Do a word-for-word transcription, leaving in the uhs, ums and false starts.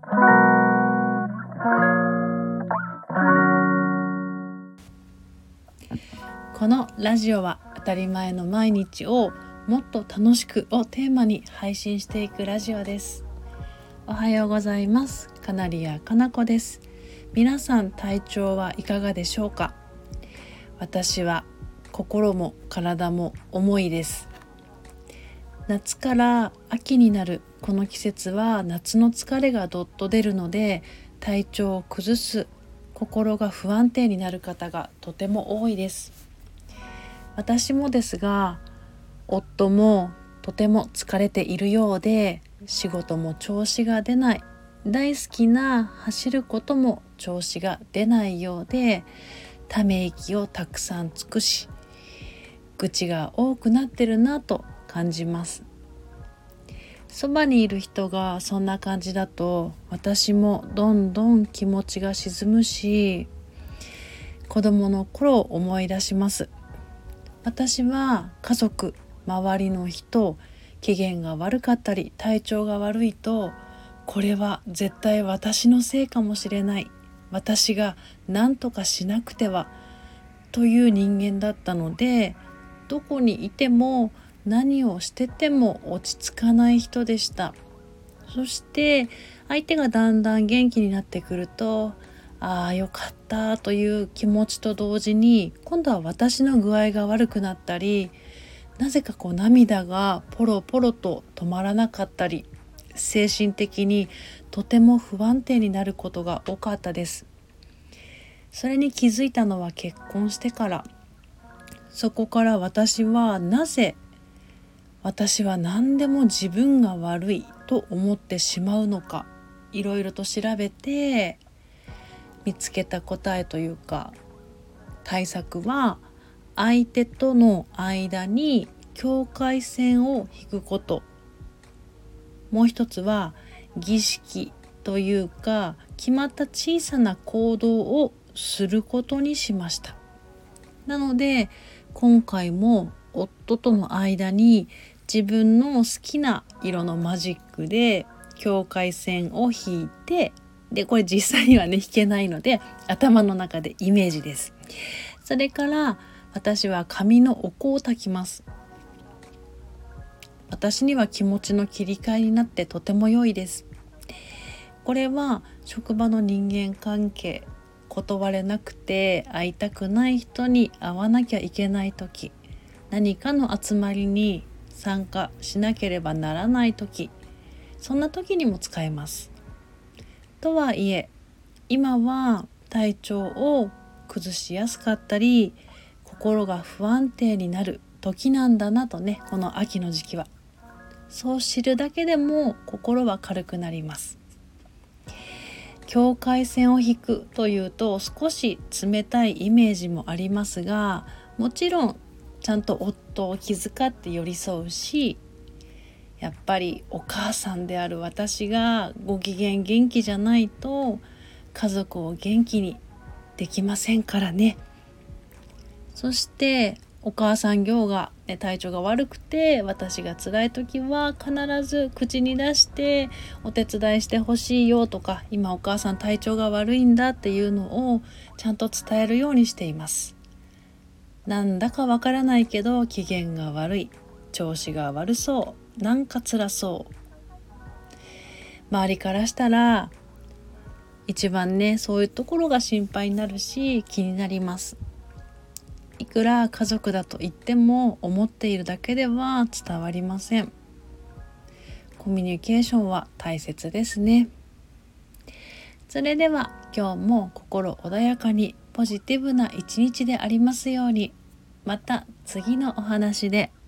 このラジオは当たり前の毎日をもっと楽しくをテーマに配信していくラジオです。おはようございます。カナリアかなこです。皆さん体調はいかがでしょうか？私は心も体も重いです。夏から秋になるこの季節は夏の疲れがどっと出るので、体調を崩す、心が不安定になる方がとても多いです。私もですが、夫もとても疲れているようで、仕事も調子が出ない、大好きな走ることも調子が出ないようで、ため息をたくさん尽くし、愚痴が多くなってるなと感じます。そばにいる人がそんな感じだと、私もどんどん気持ちが沈むし、子供の頃を思い出します。私は家族、周りの人、機嫌が悪かったり体調が悪いと、これは絶対私のせいかもしれない、私が何とかしなくてはという人間だったので、どこにいても何をしてても落ち着かない人でした。そして相手がだんだん元気になってくると、ああよかったという気持ちと同時に、今度は私の具合が悪くなったり、なぜかこう涙がポロポロと止まらなかったり、精神的にとても不安定になることが多かったです。それに気づいたのは結婚してから。そこから私はなぜ私は何でも自分が悪いと思ってしまうのか、いろいろと調べて見つけた答えというか対策は、相手との間に境界線を引くこと、もう一つは儀式というか決まった小さな行動をすることにしました。なので今回も夫との間に自分の好きな色のマジックで境界線を引いて、でこれ実際にはね引けないので頭の中でイメージです。それから私は髪のお香を焚きます。私には気持ちの切り替えになってとても良いです。これは職場の人間関係、断れなくて会いたくない人に会わなきゃいけないとき、何かの集まりに参加しなければならないとき、そんな時にも使えます。とはいえ、今は体調を崩しやすかったり、心が不安定になる時なんだなとね、この秋の時期は。そう知るだけでも心は軽くなります。境界線を引くというと少し冷たいイメージもありますが、もちろんちゃんと夫を気遣って寄り添うし、やっぱりお母さんである私がご機嫌元気じゃないと家族を元気にできませんからね。そしてお母さん業が、ね、体調が悪くて私が辛い時は必ず口に出してお手伝いしてほしいよとか、今お母さん体調が悪いんだっていうのをちゃんと伝えるようにしています。なんだかわからないけど機嫌が悪い、調子が悪そう、なんか辛そう、周りからしたら一番ねそういうところが心配になるし気になります。いくら家族だと言っても思っているだけでは伝わりません。コミュニケーションは大切ですね。それでは今日も心穏やかにポジティブな一日でありますように。また次のお話で